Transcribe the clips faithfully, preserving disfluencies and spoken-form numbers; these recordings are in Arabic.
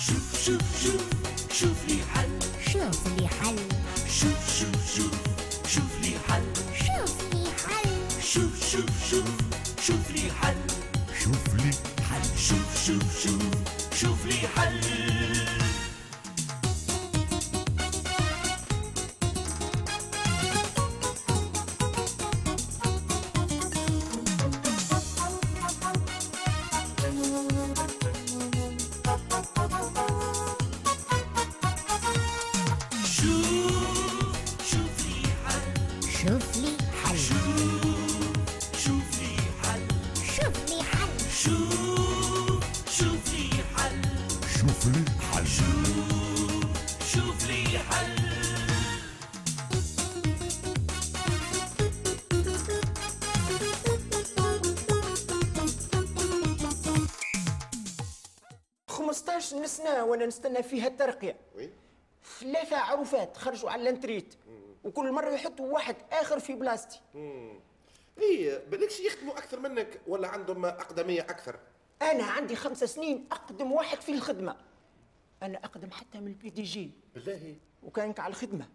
شوف شوف شوف شوف لي حل، شوف لي حل، شوف شوف شوف شوف لي حل، شوف لي حل، شوف شوف شوف شوف لي حل، شوف لي حل، شوف شوف شوف شوف لي حل. شوف لي حل، شوف لي حل، شوف لي حل، شوف شوف لي حل، شوف لي حل شوف شوف لي حل. خمسطاش سنة وانا نستنى فيها الترقية. وي ثلاثة عروفات خرجوا على الانتريت وكل مرة يحطوا واحد آخر في بلاستي. اي بالكش يخدموا اكثر منك ولا عندهم اقدميه اكثر؟ أنا عندي خمس سنين أقدم واحد في الخدمة. أنا أقدم حتى من البي دي جي. بالله وكانك على الخدمة.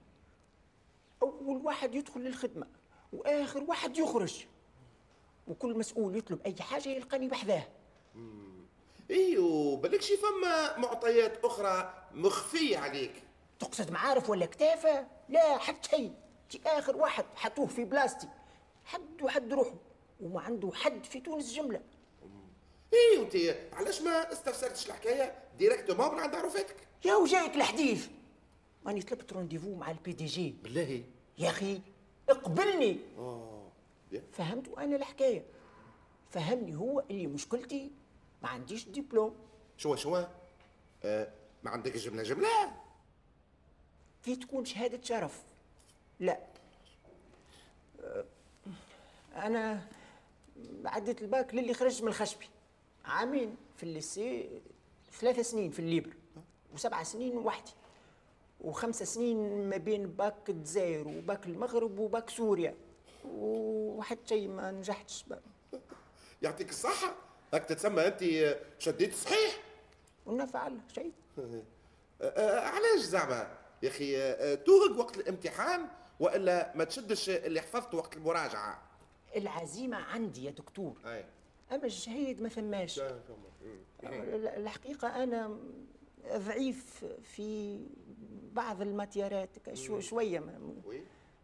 أول واحد يدخل للخدمة وآخر واحد يخرج. وكل مسؤول يطلب أي حاجة يلقاني بحذاه. اي وبالكش فما معطيات اخرى مخفيه عليك. تقصد معارف ولا كتافة؟ لا حتى شيء. انت آخر واحد حطوه في بلاستي. حد وحد روحه وما عنده حد في تونس جملة. اي وانت علاش ما استفسرتش الحكايه ديريكتومون من عند عروفتك؟ يا وجايك الحديث. راني طلبت رونديفو مع البي دي جي. بالله يا أخي اقبلني. اه بيان. فهمت أنا الحكاية. فهمني هو اللي مشكلتي ما عنديش دبلوم. شو شو آه ما عندك جمله جمله؟ كي تكون شهادة شرف. لا أه، أنا عديت الباك للي خرجت من الخشبي. عامين في الليسي، ثلاثة سنين في الليبر وسبع سنين وحدي، وخمسة سنين ما بين باك الجزائر وباك المغرب وباك سوريا، وواحد شيء ما نجحتش بقى. يعطيك الصحه، هاك تتسمى انت شديت صحيح. ونفع الله شيء. آه آه علاش زعما يا اخي آه توهق وقت الامتحان والا ما تشدش اللي حفظته وقت المراجعه؟ العزيمة عندي يا دكتور. اي أما الجهيد ما ثماش. الحقيقة أنا ضعيف في بعض الماتيارات شو شوية. وي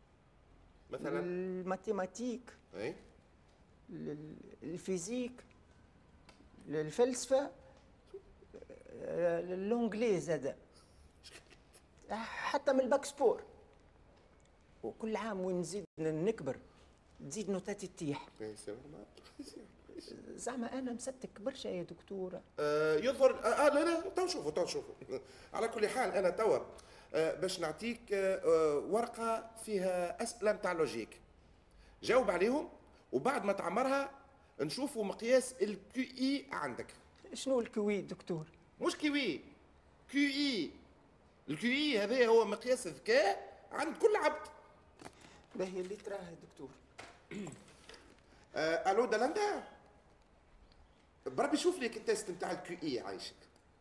مثلا الماتيماتيك، اي الفيزيك، الفلسفة، اللونجليز هذا، حتى من الباك سبور. وكل عام وين نزيد نكبر تزيد نوتاتي تطيح. زعما انا مستك برشا يا دكتوره. آه يظهر آه, اه لا لا تو نشوفوا تو نشوفوا على كل حال انا توا آه باش نعطيك آه ورقه فيها اسئله نتاع لوجيك، جاوب عليهم وبعد ما تعمرها نشوفوا مقياس الكيو اي عندك. شنو الكوي دكتور؟ مش كيوي، كيو اي. الكيو اي هذا هو مقياس الذكاء عند كل عبد. باهي اللي تراه يا دكتور. آه الو دلندا، بربي شوف لك التيست نتاع الكيو اي عايشك.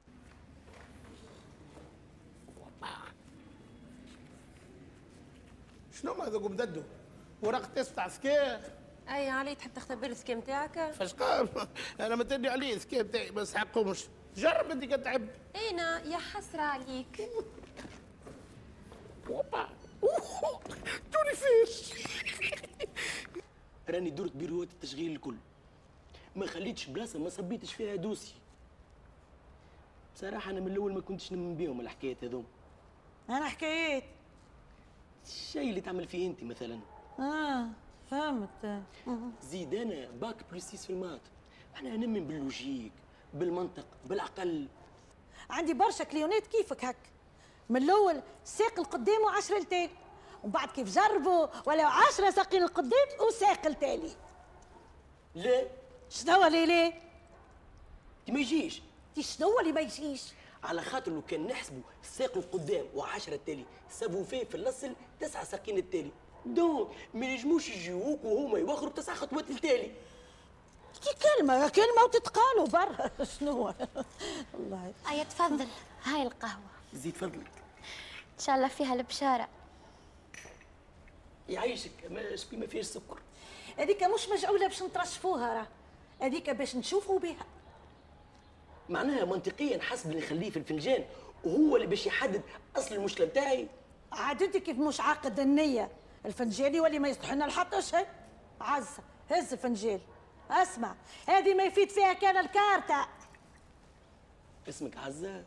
شنو ما هذا قمددو؟ ورقة تيست تاع ذكاء. اي علي تحب تختبر الذكاء نتاعك؟ فاش قال؟ انا ما تدري عليه الذكاء نتاعي ما يسحقهمش. جرب انت كتعب. انا يا حسرة عليك. وبا توني فيش. راني درت بيروات التشغيل الكل، ما خليتش بلاصه ما صبيتش فيها دوسي. بصراحه انا من الاول ما كنتش نؤمن بيهم الحكايات هذوم. انا حكايات الشيء اللي تعمل فيه انت مثلا. اه فهمت. زيد انا باك بلس ستة في المات. انا نؤمن باللوجيك، بالمنطق، بالعقل. عندي برشا كليونات كيفك هك، من الاول ساق القدام وعشرة التالي، ومن بعد كيف جربوا ولا عشرة ساقين القدام وساق التالي. لا شنو اللي لا؟ ما يجيش. شنو اللي ما يجيش؟ على خاطر لو كان نحسبوا الساق القدام وعشرة التالي سابوا فيه في الاصل تسعة ساقين التالي، دونك ما ينجموش يجيوك وهما يوخروا تسع خطوات التالي. كي كلمه كلمه وتتقالوا برا شنو والله. ايا تفضل، هاي القهوه زيد فضلك. ان شاء الله فيها البشاره. يعيشك، ما شكي ما فيهش سكر. هذيك مش مجعوله باش نترشفوها راه، هذيك باش نشوفوا بها. معناها منطقيا حسب اللي نخليه في الفنجان وهو اللي باش يحدد اصل المشكله بتاعي. عاد انت كيف مش عاقد النيه، الفنجان يولي ما يصلح لنا لحتى شيء. عزه هز الفنجان. اسمع، هذه ما يفيد فيها كان الكارتة. اسمك عزة؟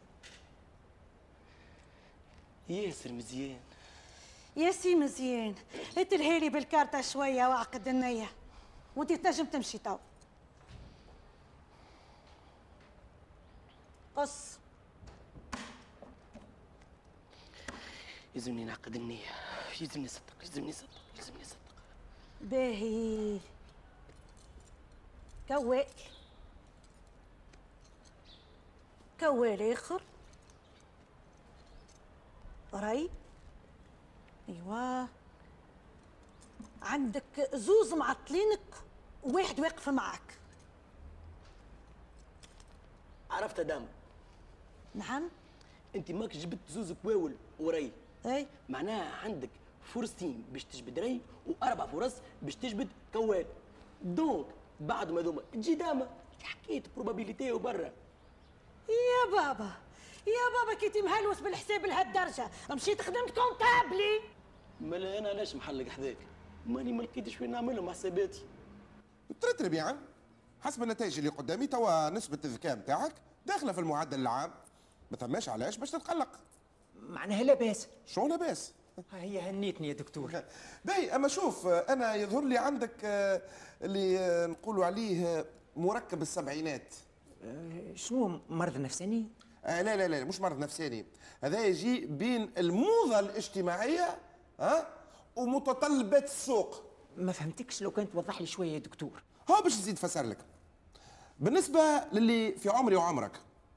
ياسر مزيان. يا سي مزيان، اتلهيلي بالكارتة شوية وعقد النية وانت تنجم تمشي تو. قص. يلزمني نعقد النية، يلزمني نصدق، يلزمني نصدق، يلزمني نصدق. باهي. كوال. كوال اخر. ري. ايوا. عندك زوز معطلينك وواحد واقف معاك. عرفت دام. نعم. انت ماك جبت زوز كواول وري. اي. معناها عندك فرصتين باش تجبد ري واربع فرص باش تجبد كوال. دونك بعد ما ذوما تجي دامه حكيت بروبابيليتي وبرا. يا بابا يا بابا كي تمهلوس بالحساب لهالدرجه مشيت خدمت كونتابلي. مالا انا علاش محلق حذاك؟ ماني ما لقيتش وين نعملهم حساباتي. ترى ربيعا حسب النتائج اللي قدامي توا نسبة الذكاء نتاعك داخلة في المعدل العام، ما ثماش علاش باش تتقلق. معناها لاباس. شو لاباس؟ هي هنيتني يا دكتور. باهي اما شوف، انا يظهر لي عندك آه، اللي آه، نقولوا عليه آه، مركب السبعينات. أه شنو مرض نفساني؟ آه لا لا لا مش مرض نفساني، هذا يجي بين الموضة الاجتماعية ها ومتطلبات السوق. ما فهمتكش، لو كان توضح لي شويه يا دكتور. ها باش نزيد فسر لك. بالنسبة للي في عمري وعمرك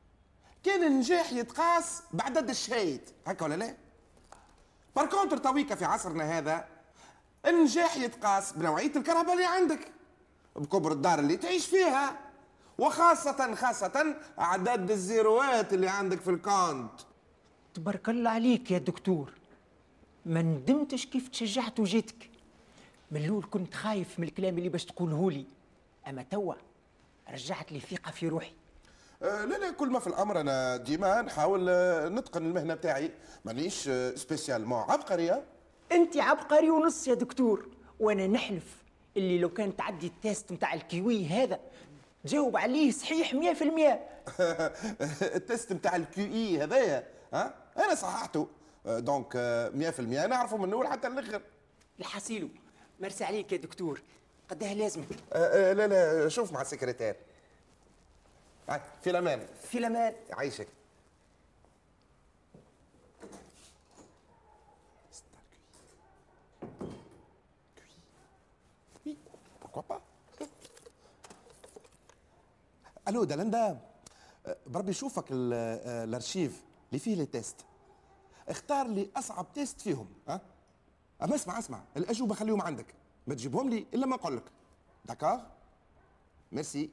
كان النجاح يتقاس بعدد الشهايد، هكا ولا لا؟ بار كونتر تويكا في عصرنا هذا النجاح يتقاس بنوعية الكهرباء اللي عندك، بكبر الدار اللي تعيش فيها، وخاصة خاصة أعداد الزيروات اللي عندك في الكونت. تبارك الله عليك يا دكتور، ما ندمتش كيف تشجعت وجيتك. من الاول كنت خايف من الكلام اللي باش تقوله لي، اما توا رجعت لي ثقه في روحي. أه لا لا كل ما في الامر انا ديما نحاول أه نتقن المهنه بتاعي، مانيش أه سبيسيالمون عبقري. انت عبقري ونص يا دكتور، وانا نحلف اللي لو كان تعدي التيست نتاع الكيوي هذا تجاوب عليه صحيح مية في المية. التيست نتاع الكيو اي هذايا ها انا صححته، أه دونك أه مية في المية نعرفه من الاول حتى الاخر. الحسيلو مرسي عليك يا دكتور، قداه لازمك. أه أه لا لا شوف مع السكرتير. في الامان. في الامان. يعيشك. الو دلندا، بربي شوفك الارشيف اللي فيه لي تيست، اختار لي اصعب تيست فيهم. ها اما اسمع اسمع، الاجوبه خليهم عندك، ما تجيبهم لي الا ما نقول لك. داكار ميرسي.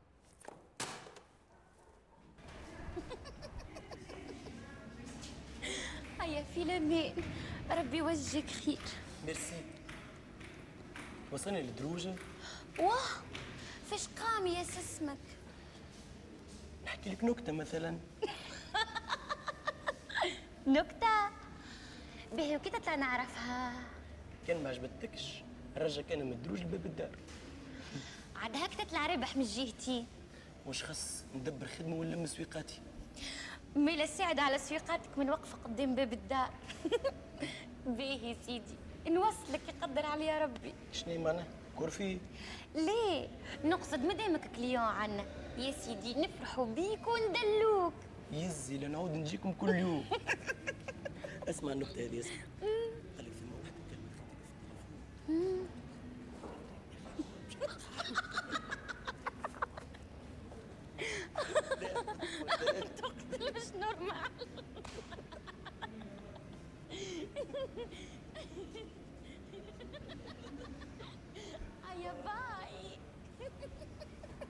هيا في الامان، ربي يوجهك خير. ميرسي. وصلني للدروجة. واه فاش قام يا اسمك؟ نحكي لك نكتة مثلا. نكتة؟ باهي وكي تطلع نعرفها؟ كان ما عجبتكش الرجل كان مدروج لباب الدار. عاد هاك تطلع ربح من جهتي. واش خص ندبر خدمة ولا من سويقاتي؟ ميلا ساعد على سويقاتك من وقفة قدام باب الدار. باهي سيدي نوصلك يقدر عليا ربي. شنو معناه؟ كورفي؟ ليه؟ نقصد مدامك كليون عنا يا سيدي نفرحوا بيك وندلوك. يزي لنعود نجيكم كل يوم. اسمع النكتة هذه، اسمع. قال لك ثم واحدة كلمة تقتل مش نورمال. يا باي.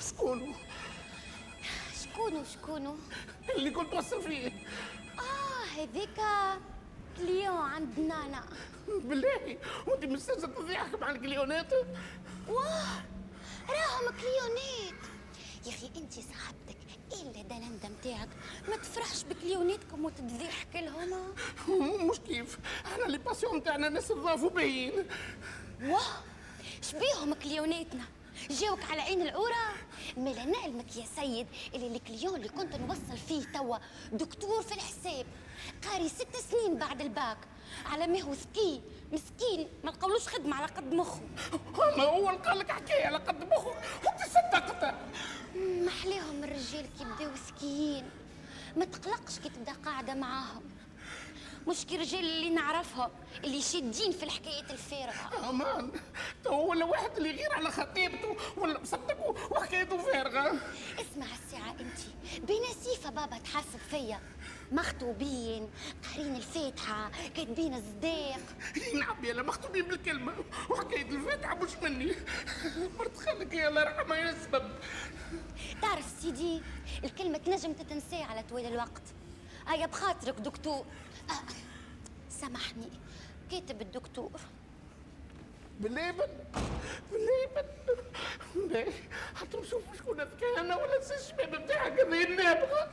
شكونو؟ شكونو شكونو؟ اللي كنت توصل فيه. اه هذيك كليون عند نانا. بالله وانت مستنزه تضيعك مع الكليونات؟ واه راهم كليونات. يا اخي انت صاحبتك الا دلندا نتاعك ما تفرحش بكليوناتكم وتضيحك لهم. مش كيف، احنا لي باسيون نتاعنا ناس نضافوا باهيين. واه شبيهم كليوناتنا؟ جاوك على عين العورة. مالا نعلمك يا سيد اللي الكليون اللي كنت نوصل فيه توا دكتور في الحساب قاري ست سنين بعد الباك، على ما هو ذكي مسكين ما تقولوش خدمة على قد مخه. ما هو اللي قال لك حكايه على قد مخه وانت صدقته. محلاهم الرجال كي بداو ذكيين، ما تقلقش كي تبدا قاعدة معاهم، مش كي رجال اللي نعرفهم اللي شادين في الحكايات الفارغة. امان تو ولا واحد اللي يغير على خطيبته ولا مصدق وحكايته فارغه. اسمع الساعة انت بين سيفة بابا تحاسب فيا، مخطوبين قارين الفاتحة كاتبين الصداق. نعم يلا مخطوبين بالكلمة وحكاية الفاتحة مش مني. مرت خالك يا الله يرحمها يا سبب. تعرف سيدي الكلمة تنجم تتنسى على طويل الوقت. هيا بخاطرك دكتور. آه. سامحني كاتب الدكتور. بالليبن بالليبن باهي حتى نشوف شكون ذكي انا ولا الشباب بتاعك هذه النابغة.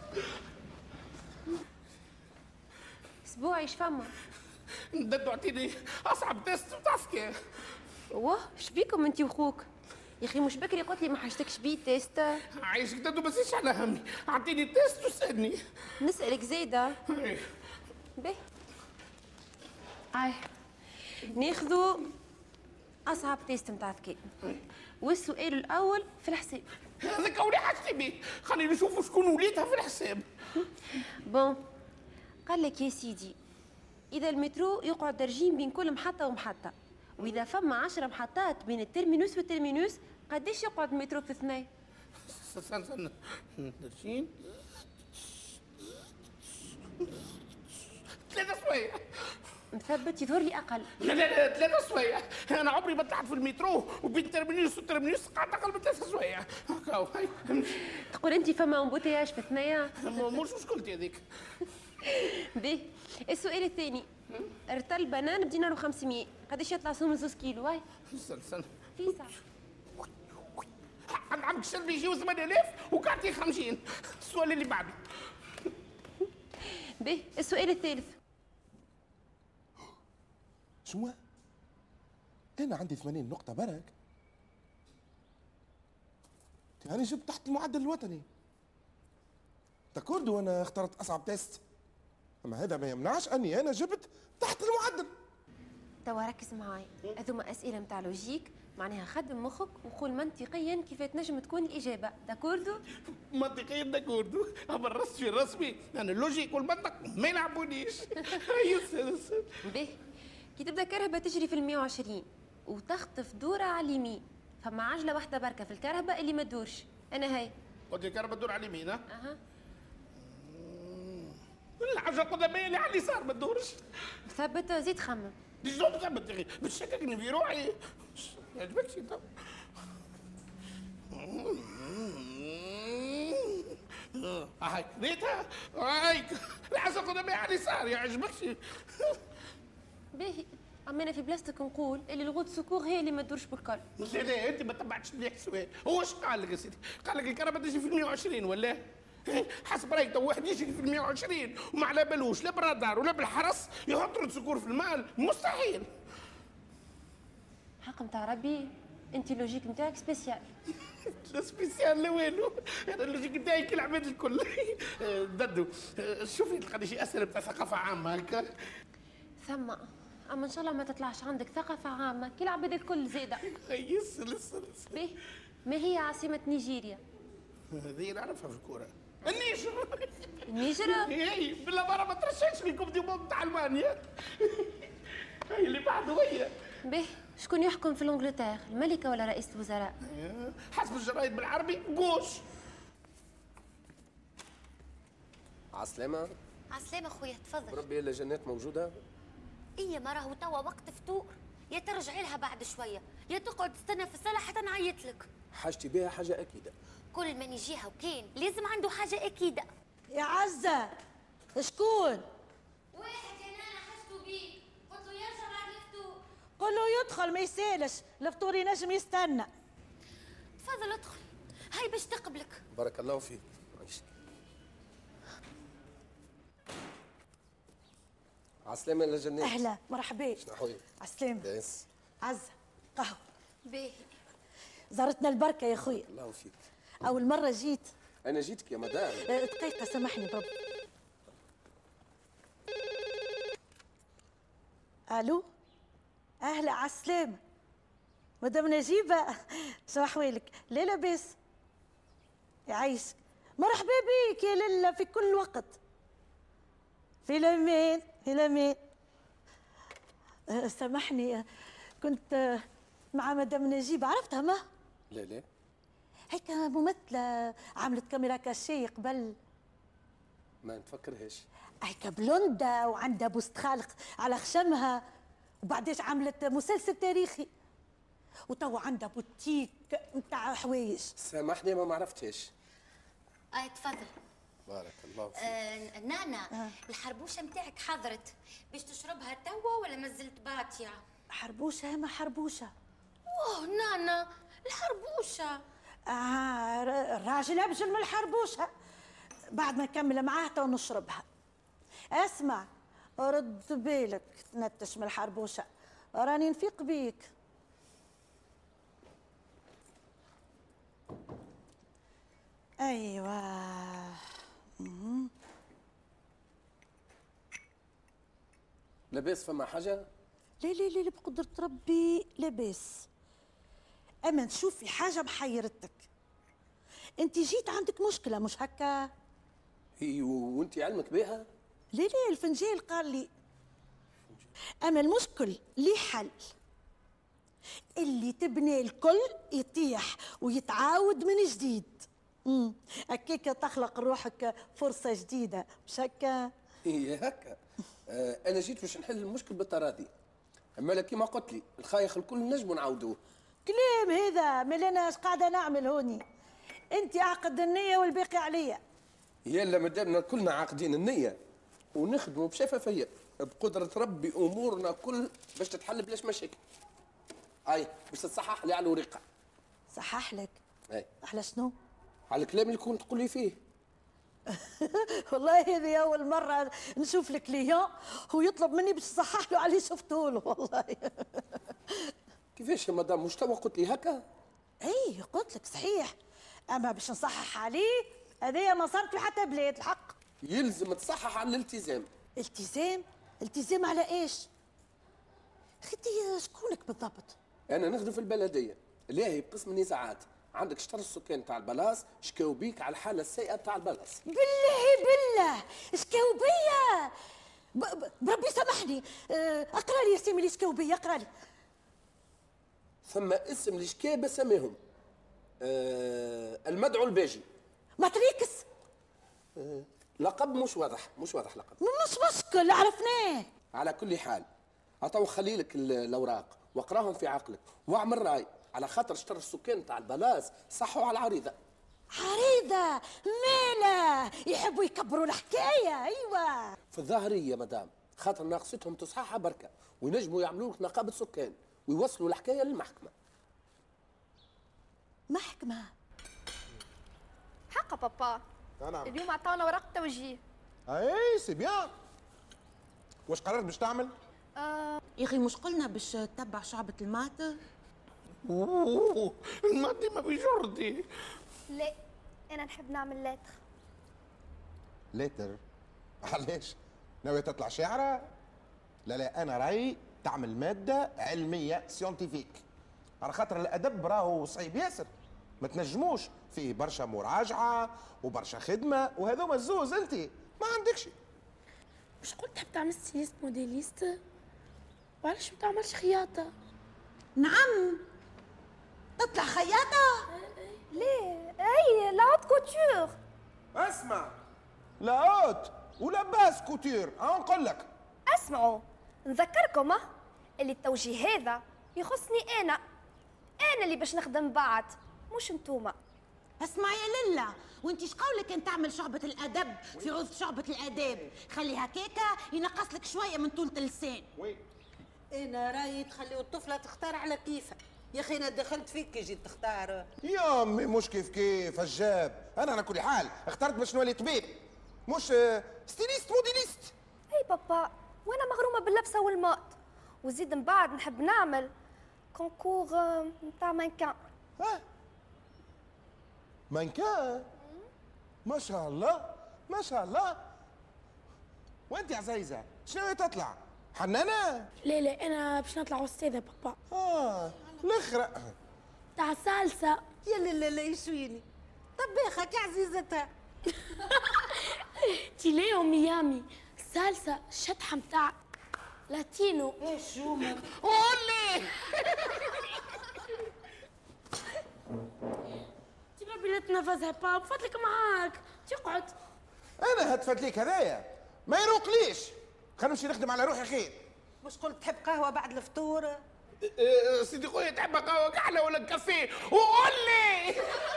اسبوع ايش فما؟ نددو اعطيني اصعب تيست بتاع ذكاء. واه شبيكم انت وخوك؟ يا اخي مش بكري قلت لي ما حاجتكش بيه تيست؟ عايشك ددو بس ايش على همي، اعطيني تيست وسالني. نسألك زايدة. باهي هاي ناخذوا أصعب تيست متاع ذكاء، والسؤال الأول في الحساب. هذاك أولي حاجتي بيه، خلينا نشوفوا شكون وليتها في الحساب. بون قال لك يا سيدي إذا المترو يقعد درجين بين كل محطة ومحطة، وإذا فما عشرة محطات بين الترمينوس والترمينوس قديش يقعد المترو في اثنين؟ استنى استنى درجين ثلاثة سوايع. مثبت يظهر لي أقل. لا لا لا ثلاثة سوايع، أنا عمري ما طلعت في المترو وبين الترمينوس والترمينوس قعدت أقل من ثلاثة سوايع. هكاو هاي تقول أنت فما امبوتياج في ثنايا؟ مش مشكلتي هذيك. باهي السؤال الثاني، رتل بنان بدينار وخمسمية قداش يطلع سوم زوز كيلو؟ هاي استنى استنى فيسع عند عمك الشربي يجيو ثمانية آلاف وكارتي خمسين. السؤال اللي بعده. باهي السؤال الثالث. شنو؟ أنا عندي ثمانين نقطة برك. يعني جبت تحت المعدل الوطني. تكوردو أنا اخترت أصعب تيست. أما هذا ما يمنعش أني أنا جبت تحت المعدل. توا ركز معاي، هذوما أسئلة متاع لوجيك، معناها خدم مخك وقول منطقيا كيف تنجم تكون الإجابة، داكوردو؟ منطقيا داكوردو، أما الرسمي الرسمي أنا اللوجيك والمنطق ما يلعبونيش. باهي كي تبدا كرهبة تجري في المية وعشرين وتخطف دورة على اليمين، فما عجلة واحدة بركة في الكرهبة اللي ما تدورش، أنا هاي. قلت الكهرباء تدور على اليمين ها؟ أها. العجلة القدمية اللي على اليسار ما تدورش. ثبت زيد خمم. شنو مثبت يا أخي؟ بتشككني في روحي. ما يعجبكش أنت. هاي ريتها هاي العجلة القدمية على اليسار يعجبكش. باهي اما انا في بلاصتك نقول اللي الغود سكور هي اللي ما تدورش بالكل. لا لا انت ما تبعتش مليح السؤال، هو اش قال لك يا سيدي؟ قال لك الكهرباء تجي في المية وعشرين ولا؟ حسب رايك تو واحد يجي في المية وعشرين وما على بالوش لا بالرادار ولا بالحرس يحط رد سكور في المال، مستحيل. حق نتاع ربي انت اللوجيك نتاعك سبيسيال. لا سبيسيال لا والو، انا اللوجيك نتاعي كالعباد الكل. ددو شوفي تلقى شي اسئله بتاع ثقافه عامه هكا. ثم اما ان شاء الله ما تطلعش عندك ثقافه عامه كي العباد الكل زاده. يس لسه لسه. باهي ما هي عاصمه نيجيريا؟ هذه نعرفها في الكوره. النيجر. النيجر؟ اي بالله مرة ما ترشحش لي كوب دي موند تاع المانيا. هاي اللي بعده هي. باهي شكون يحكم في الانجلتير؟ الملكه ولا رئيس الوزراء؟ حسب الجرايد بالعربي بوش. عسلامة. عسلامة خويا تفضل. ربي الا جنات موجودة؟ إيه ما راهو توا وقت فطور، يا ترجعي لها بعد شوية، يا تقعد تستنى في الصالة حتى نعيط لك. حاجتي بها حاجة أكيدة، كل من يجيها وكان لازم عنده حاجه اكيده. يا عزه شكون؟ واحد يا نانا حسوا بيه، قلت له يرجع بعد الفطور. قل له يدخل ما يسالش، الفطور ينجم يستنى. تفضل ادخل، هاي باش تقبلك. بارك الله فيك. عسلامة يا جنات. اهلا مرحبا. شنو حوالك؟ عسلامة. بس عزة قهوة. باهي. زارتنا البركة يا خويا. الله فيك. أول مرة جيت. أنا جيتك يا مدام. أه، دقيقة سامحني بربي. ألو؟ أهلا عالسلامة. مدام نجيبة شو أحوالك؟ لا لاباس. يعيشك. مرحبا بيك يا للا في كل وقت. في الأمان في الأمان. أه، سامحني أه، كنت أه، مع مدام نجيبة عرفتها ما؟ لا لا. هيك ممثلة عملت كاميرا كاشي قبل. ما نتفكرهاش. هيك بلوندا وعندها بوست خالق على خشمها، وبعديش عملت مسلسل تاريخي، وتوا عندها بوتيك نتاع حوايج. سامحني ما معرفتهاش. اي تفضل. بارك الله فيك. آه نانا آه. الحربوشه نتاعك حضرت، باش تشربها توا ولا مازلت باطيه؟ حربوشه ما حربوشه. اوه نانا الحربوشه. آه الراجل ابجل من الحربوشه. بعد ما نكمل معاه تو نشربها. اسمع رد بالك تنتش من الحربوشه، راني نفيق بيك. ايوه. مم. لاباس فما حاجة؟ لا لا لا بقدرة ربي لاباس. اما نشوفي حاجة محيرتك. انت جيت عندك مشكلة مش هكا؟ هي وانت علمك بها؟ لا لا الفنجان قال لي. اما المشكل ليه حل. اللي تبني الكل يطيح ويتعاود من جديد. امم هكاك تخلق روحك فرصة جديدة مش هكا؟ هي هكا. آه انا جيت باش نحل المشكل بالتراضي، اما كيما قلت لي الخايخ الكل نجموا نعاودوه. كلام هذا ملي انا اش قاعده نعمل هوني. انت عقد النيه والباقي عليا. يلا مادامنا كلنا عاقدين النيه ونخدموا بشفافيه بقدره ربي امورنا كل باش تتحل بلاش مشاكل. اي باش تصحح لي على الورقه. صحح لك؟ اي على شنو؟ على الكلام اللي كنت تقول لي فيه. والله هذه اول مره نشوف الكليون ويطلب مني باش نصحح له على اللي شفته له والله. كيفاش يا مدام مش توا قلت لي هكا؟ اي قلت لك صحيح، اما باش نصحح عليه هذايا ما صارت في حتى بلاد الحق. يلزم تصحح على الالتزام. التزام؟ التزام على ايش؟ اختي شكونك بالضبط؟ انا نخدم في البلديه اللي هي بقسم النزاعات. عندك شطر السكان تاع البلاص شكاو بيك على الحاله السيئه تاع البلاص. بالله بالله شكاو بيا؟ بربي سامحني اقرا لي اسامي اللي شكاو بيا اقرا لي. ثم اسم اللي شكا بسميهم أه المدعو الباجي. ماتريكس. أه لقب مش واضح مش واضح لقب. مش مشكل عرفناه. على كل حال هتو خلي لك الاوراق واقراهم في عقلك واعمل راي، على خاطر شطر السكان تاع البلاص صحوا على العريضه. عريضه ماله يحبوا يكبروا الحكايه. ايوه في الظاهريه مدام خاطر ناقصتهم تصحيحه بركه وينجموا يعملوا لك نقابه سكان ويوصلوا الحكايه للمحكمه. محكمه؟ حق بابا. نعم. اليوم عطاونا ورقه توجيه. اي سي بيان. واش قررت باش تعمل؟ آه. يا اخي مش قلنا باش تتبع شعبة المات؟ اوه المات ما بجردي. لا انا نحب نعمل لاتر. لاتر؟ علاش؟ ناوية تطلع شاعرة؟ لا لا انا رايي تعمل مادة علمية سيونتيفيك، على خاطر الادب راهو صعيب ياسر، ما تنجموش فيه برشا مراجعة وبرشا خدمة وهذوما الزوز انت ما عندكش. مش قلت تحب تعمل ستيليست موديليست؟ وعلاش ما تعملش خياطة؟ نعم تطلع خياطة؟ ليه؟ اي لا هوت كوتور. اسمع لا هوت ولا باس كوتور، ها نقول لك. اسمعوا نذكركم اه اللي التوجيه هذا يخصني انا، انا اللي باش نخدم بعد مش نتوما. اسمع يا للا، وانت ايش قولك ان تعمل شعبة الادب في عوض شعبة الاداب؟ خلي هكاكا ينقص لك شوية من طولة اللسان. وي انا رايي تخليو الطفلة تختار على كيفها. يا اخي انا دخلت فيك كي جيت تختار. يا امي مش كيف كيف الجاب، انا على كل حال اخترت باش نولي طبيب، مش ستيليست موديليست. اي بابا، وانا مغرومه باللبسه والماط، وزيد من بعد نحب نعمل كونكور نتاع مانكان. ها مانكان؟ ما شاء الله ما شاء الله. وانت يا عزيزه شنو تطلع؟ حنانه؟ لا لا انا باش نطلع استاذه بابا. اه الاخرى تاع صلصه. يا لا لا يشويني طباخك يا عزيزتها. تيليو ميامي صلصه شطحه متاع لاتينو. ايش شومك؟ قولي تبى بلات نفسها باب فضلك معاك تقعد. انا هتفت ليك هذايا ما يروقليش، خلينا نمشي نخدم على روحي خير. مش قلت تحب قهوه بعد الفطور؟ أه سيدي خويا تحب قهوه كحله ولا كافيه؟ وقول لي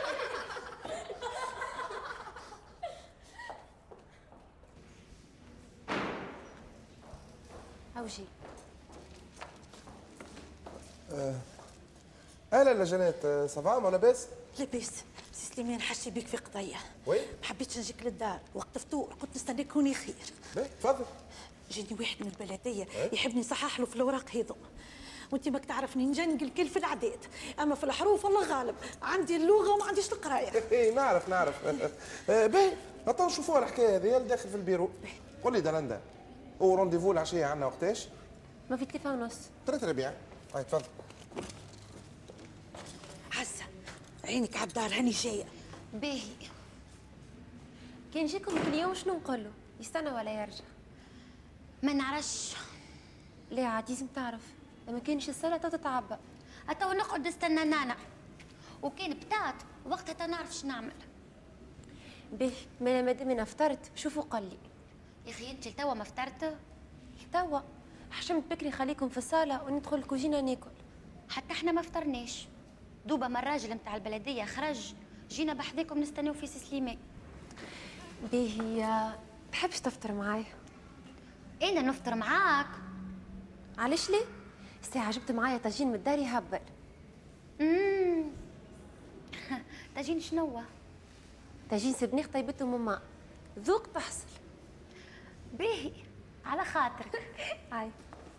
اوجي. آه. اهلا يا جنات، صافا ما لاباس؟ لاباس. سي سليمان حشي بيك في قضيه. وي ما حبيتش نجيك للدار وقت فطور، قلت نستناك هوني خير. باهي تفضل. جاني واحد من البلديه يحبني نصحح له في الاوراق هذو، وانت ماك تعرفني نجنق الكل في العداد، اما في الحروف الله غالب، عندي اللغه وما عنديش القرايه. اي نعرف نعرف. باهي هاتوا نشوفوها الحكايه هذه داخل في البيرو. قول لي دلندا، هو رونديفو العشيه عندنا وقتاش؟ ما في ثلاثة ونص. ثلاثة ربيع. هاي تفضل. عزه عينك على الدار هاني جايه. باهي. كان يجيكم كل يوم شنو نقول له؟ يستنى ولا يرجع؟ ما نعرفش. ليه عاد لازم تعرف، لما كانش الصلاة تتعبى. هتو نقعد نستنى نانا، وكان بتات وقتها تنعرف شو نعمل. باهي ما مادام انا فطرت شوفوا قال لي. يا اخي انت لتوا ما فطرت؟ توا حشمت بكري خليكم في الصالة وندخل الكوزينة ناكل. حتى احنا ما فطرناش، دوبا ما الراجل نتاع البلدية خرج جينا بحذاكم نستناو في سي سليمان. باهي تحبش تفطر معايا؟ انا نفطر معاك. علاش ليه؟ الساعة جبت معايا طاجين من الدار يهبل. اممم طاجين شنو؟ طاجين سبنيخ طيبته ماما، ذوق تحصل. باهي على خاطرك. هاي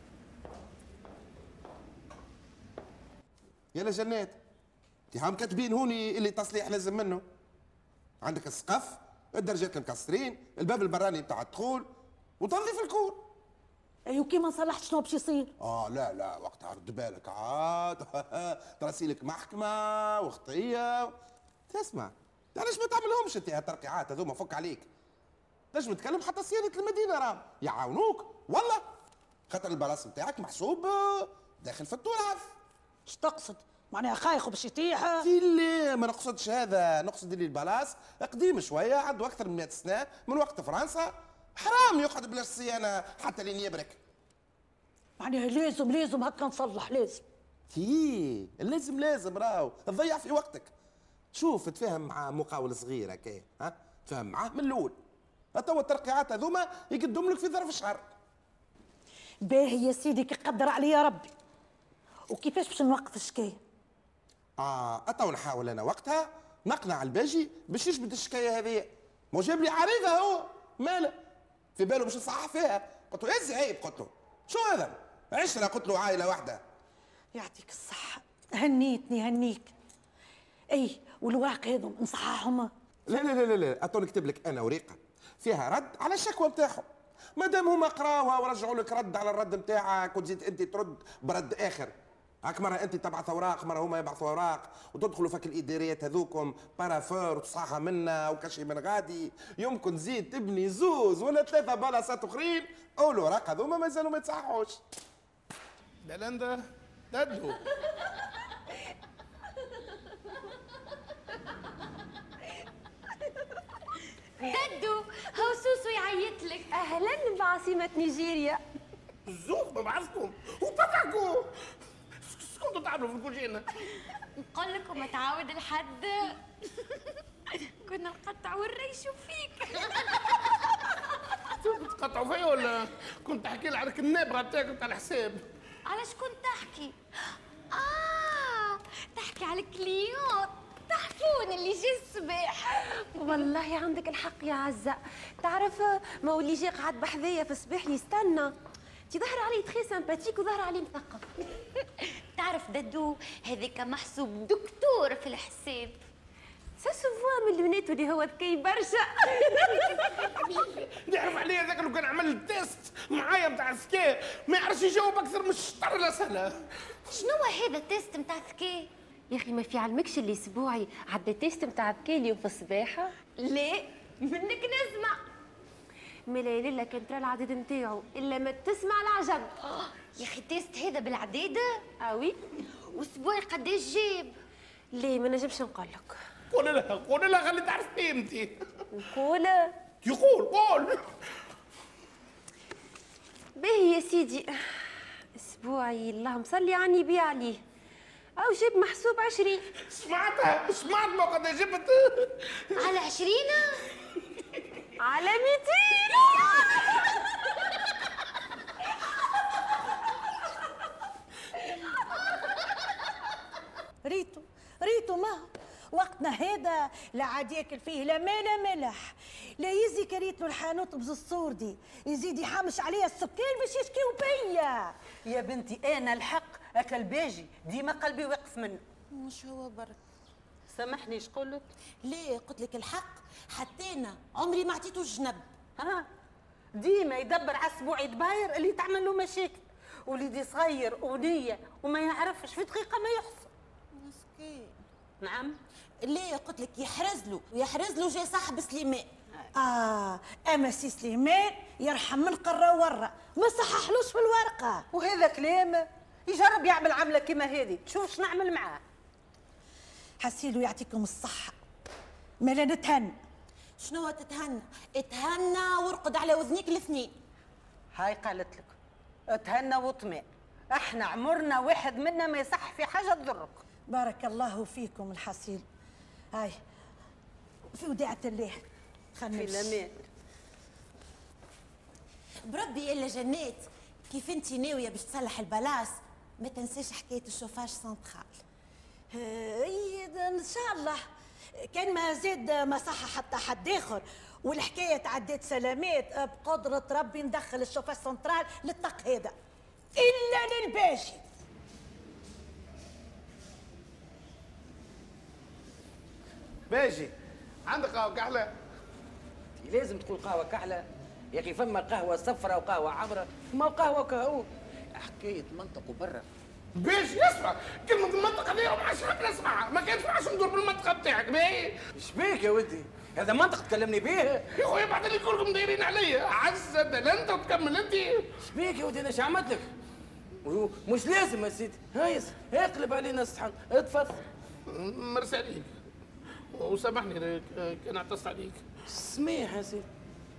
يلا جنات، انت هم كاتبين هوني اللي تصليح لازم منه. عندك السقف، الدرجات المكسرين، الباب البراني بتاع الدخول، وتنظيف الكور. ايوا كي ما صلحت شنو باش يصير؟ اه لا لا وقتها رد بالك عاد. تراسيلك محكمه وخطيه. تسمع علاش ما تعملهمش انت هالترقيعات هذوما؟ فك عليك. تنجم تتكلم حتى صيانه المدينه راهم يعاونوك والله، خاطر البلاص نتاعك محسوب داخل في التراث. اش تقصد؟ معناها خايخ باش يطيح؟ لا ما نقصدش هذا، نقصد اللي البلاص قديم شويه، عنده اكثر من مئة سنه من وقت فرنسا، حرام يقعد بلا صيانه حتى لين يبرك. معناها لازم لازم هكا نصلح لازم. تي لازم لازم راهو تضيع في وقتك. شوف تفاهم مع مقاول صغير هكا، ها تفاهم معاه من الاول. توا الترقيعات هذوما يقدم لك في ظرف شهر. باهي يا سيدي كي قدر عليا ربي. وكيفاش باش نوقف الشكايه؟ اه اتوا نحاول انا وقتها نقنع الباجي باش يجبد الشكايه هذه. مو جاب لي عريضه هو ماله في باله باش يصحح فيها. قلت له ايش عيب؟ قلت له شو هذا؟ عشرة قلت له عائله واحده. يعطيك الصحه، هنيتني هنيك. اي والواقع هذم نصححهم؟ لا لا لا لا اتوا نكتب لك انا وريقه فيها رد على الشكوى نتاعهم، ما دام هما قراوها ورجعوا لك رد على الرد نتاعك وتزيد انت ترد برد اخر. هاك مره انت تبعث اوراق، مره هما يبعثوا اوراق، وتدخلوا فك الاداريات هذوكم بارافور وتصحى منا وكشي من غادي، يمكن تزيد تبني زوز ولا ثلاثه بلاصات اخرين، والاوراق هذوما مازالوا ما يتصححوش. دلندا ددو ددو هو سوسو يعيط لك. اهلا بعاصمة نيجيريا. الزوز ببعثكم وبتعكم. شكون تعملوا في الكوجينه؟ نقول لكم تعاود الحد كنا نقطعوا الريش فيك. تقطعوا فيا ولا كنت تحكي لي على النابغه تاعك تاع الحساب؟ علاش كنت تحكي؟ اه تحكي على الكليون تحفون اللي جا الصباح. والله عندك الحق يا عزة. تعرف ما هو اللي جا قعد بحذايا في الصباح يستنى، تي ظهر عليه تخي سامباتيك وظهر عليه مثقف. تعرف ددو هذاك محسوب دكتور في الحساب. سا سوفوا من لونيتو اللي هو ذكي برشا. نعرف عليه هذاك لو كان عمل التيست معايا نتاع الذكاء ما يعرفش يجاوب اكثر من شطر الاسئله. شنو هذا التيست نتاع الذكاء؟ يا اخي ما في علمكش اللي اسبوعي عدى تيست نتاع الذكاء اليوم في الصباحه؟ لا منك نسمع. ما لا لا كان ترى العدد نتاعو الا ما تسمع العجب. يا اخي التيست هذا بالعداد؟ اه وي. واسبوعي قداش جاب؟ ليه ما نجمش نقول لك. قول لها قول لها خلي تعرف قيمتي. نقول يقول قول. باهي يا سيدي، اسبوعي اللهم صلي على النبي عليه او جاب محسوب عشرين. سمعتها سمعت ما قد جبت على عشرين على ميتين. ريتو ريتو ما وقتنا هذا لا عاد ياكل فيه لا ماء لا ملح، لا يزي كريت له الحانوت بزالصور دي يزيد يحمش عليها السكان باش يشكيو بيا. يا بنتي انا الحق اكل باجي ديما قلبي واقف منه. مش هو برك. سامحني ايش قلت؟ ليه قلت لك الحق حتى انا عمري ما عطيته الجنب. ها ديما يدبر على اسبوع دباير اللي تعمل له مشاكل، وليدي صغير ونيه وما يعرفش في دقيقه ما يحصل. مسكين. نعم. ليه قلت لك يحرز له ويحرز له جاي صاحب سليمان. اه اما سي سليمان يرحم من قره ورا ما صححلوش في الورقه. وهذا كلام يجرب يعمل عمله كيما هذه تشوف شنو نعمل معاه. حسيلو يعطيكم الصحه مالا نتهنى. شنو تتهنى؟ اتهنى وارقد على وذنيك الاثنين. هاي قالت لك اتهنى واطمئن، احنا عمرنا واحد منا ما يصح في حاجه تضرك. بارك الله فيكم الحسيل. هاي في وداعة الله خلينا في الامان. بربي الا جنات كيف انت ناويه باش تصلح البلاص ما تنساش حكايه الشوفاج سنترال. اي ان شاء الله كان ما زاد ما صح حتى حد اخر والحكايه تعديت سلامات بقدره ربي ندخل الشوفاج سنترال للطق هذا الا للباشي. باجي عندك قهوه كحله؟ لازم تقول قهوه كحله يا اخي، فما قهوه صفراء وقهوه حمراء، ما قهوه كهو حكايه منطق وبرا. باجي اسمع كلمه المنطقه هذه ما عادش حاب نسمعها، ما كانش عادش ندور بالمنطقه بتاعك. باهي ايش بيك يا ودي؟ هذا منطق تكلمني به يا خويا بعد اللي كلكم دايرين عليا. عزة لا انت وتكمل انت. ايش بيك يا ودي؟ انا ايش عملت لك؟ مش لازم يا سيدي. هايس اقلب علينا الصحن اتفضل. مرسي عليك وسامحني كان اعتصت عليك. سميح يا سيدي.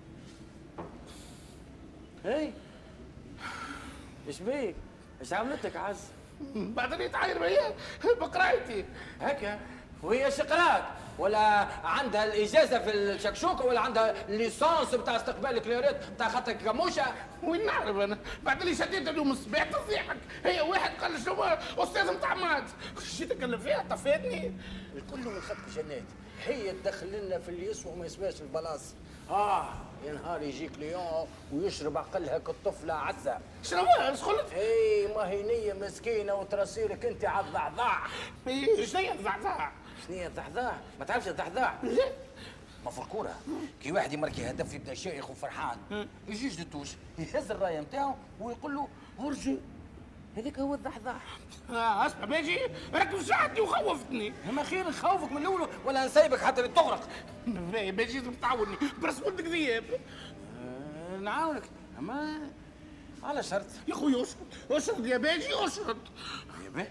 هاي ايش بيك؟ ايش عملت لك عز؟ بعدين يتعاير بيا بقرايتي هكا. وهي ايش قرات؟ ولا عندها الاجازه في الشكشوكه ولا عندها الليسانس بتاع استقبال الكليرات بتاع خاطر كموشه؟ وين نعرف انا؟ بعد اللي شديت اليوم الصباح تضيحك. هي واحد قال شنو استاذ نتاع مات جيت اتكلم فيها طفيتني. الكل من خط جنات هي تدخل لنا في اللي يسوى وما يسواش البلاص. اه يا نهار يجي كليون ويشرب عقلها كالطفله عزه. شنو ايش قلت؟ اي ما هي نيه مسكينه وتراسيلك انت على الضعضاع. ايش هي الضعضاع؟ شنو هي الضعضاع؟ ما تعرفش الضعضاع؟ لا ما في الكوره كي واحد يمركي هدف يبدا شايخ وفرحان يجي جدتوش يهز الرايه نتاعو ويقول له ارجي. هذاك هو الضحضاح. اه اسمع باجي ركب ساعتي وخوفتني. ما خير نخوفك من الاول ولا نسيبك حتى تغرق. باجي لازم تعاوني برس ولدك ذياب. آه نعاونك اما على شرط. يا خويا اشرط اشرط يا باجي اشرط. يا باجي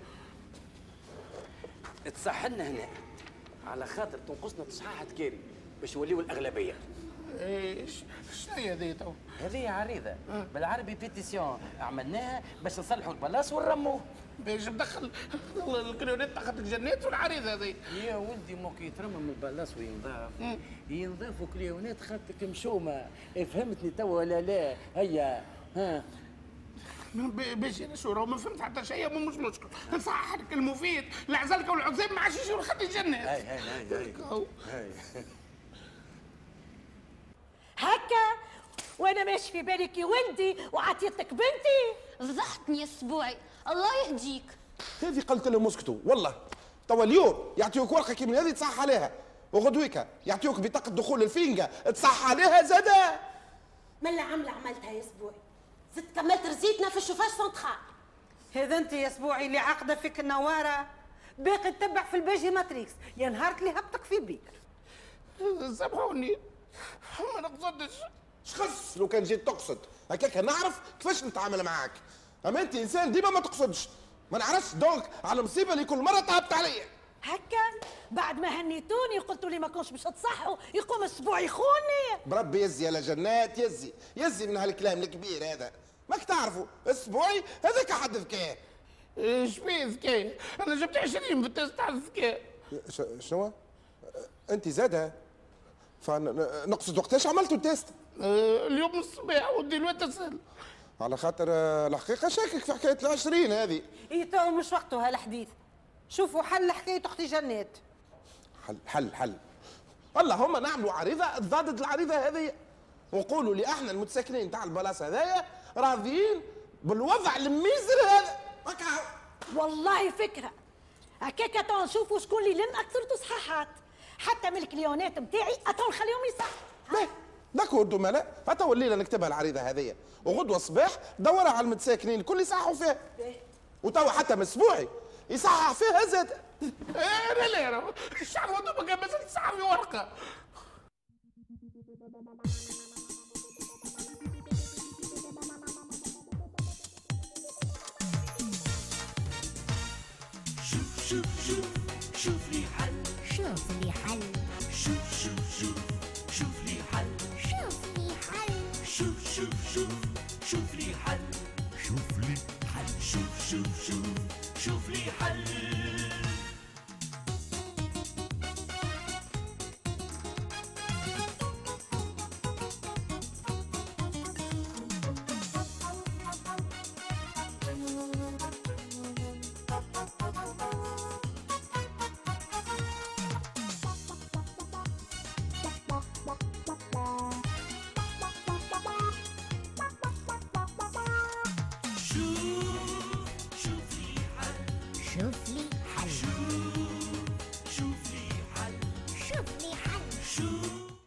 تصحلنا هنا على خاطر تنقصنا تصحيحة كاري باش نوليو الاغلبيه. ايش شنو هي هذه تو؟ هذه عريضه بالعربي بيتيسيون عملناها باش نصلحوا البلاص ونرموه. باش ندخل الكليونات تحت الجنات والعريضه هذه. يا ولدي موك يترمم البلاص وينضاف ينضافوا كليونات خاطرك مشومه. فهمتني توا ولا لا؟ هيا ها باش انا شو ما فهمت حتى شيء، مو مش مشكل. نصحح لك المفيد العزلكه والعزاب ما عادش يجيو لخد الجنات. هاي هاي هاي هاي هكا وانا ماشي في بالك يا ولدي وعطيتك بنتي. فضحتني يا سبوعي، الله يهديك. هذه قلت لهم اسكتوا والله. توا اليوم يعطيوك ورقه كي من هذه تصح عليها، وغدويكا يعطيوك بطاقه دخول الفينجا تصح عليها زاده. ملا عمله عملتها يا سبوعي، زدت كملت رزيتنا في الشوفاج سنترال. هذا انت يا سبوعي اللي عاقده فيك النواره باقي تتبع في الباجي ماتريكس يا نهارك اللي هبطك في بير. سامحوني ما نقصدش. شخص لو كان جيت تقصد هكاك نعرف كيفاش نتعامل معاك، اما انت انسان ديما ما تقصدش. ما نعرفش دونك على المصيبه اللي كل مره تعبت عليا. هكا بعد ما هنيتوني قلتوا لي ما كنتش باش تصحوا يقوم السبوع يخوني. بربي يزي يا جنات يزي يزي من هالكلام الكبير هذا. ماك تعرفوا اسبوعي هذاك حد ذكاء. ايش فيه ذكاء؟ انا جبت عشرين في التست تاع الذكاء. شنو؟ انت زادها فنقصد وقتاش عملتوا التيست؟ أه اليوم الصباح ودي الوقت تسهل. على خاطر الحقيقه شاكك في حكايه العشرين هذه. اي تو مش وقته هالحديث. شوفوا حل حكايه اختي جنات. حل حل حل اللهم نعملوا عريضه تضاد العريضه هذه ونقولوا لي احنا المتساكنين تاع البلاصه هذايا راضيين بالوضع الميزر هذا. هكا والله فكره هكاك تو نشوفوا شكون اللي لن اكثر تصحيحات حتى من الكليونات نتاعي اتو نخليهم يصحوا. داكور دومالا هتو الليله نكتبها العريضه هذيا وغدوه الصباح دورها على المتساكنين الكل يصححوا فيها. وتوا حتى من اسبوعي يصحح فيها زاد. انا لا الشعب هذوما كان بس تصحح في ورقه.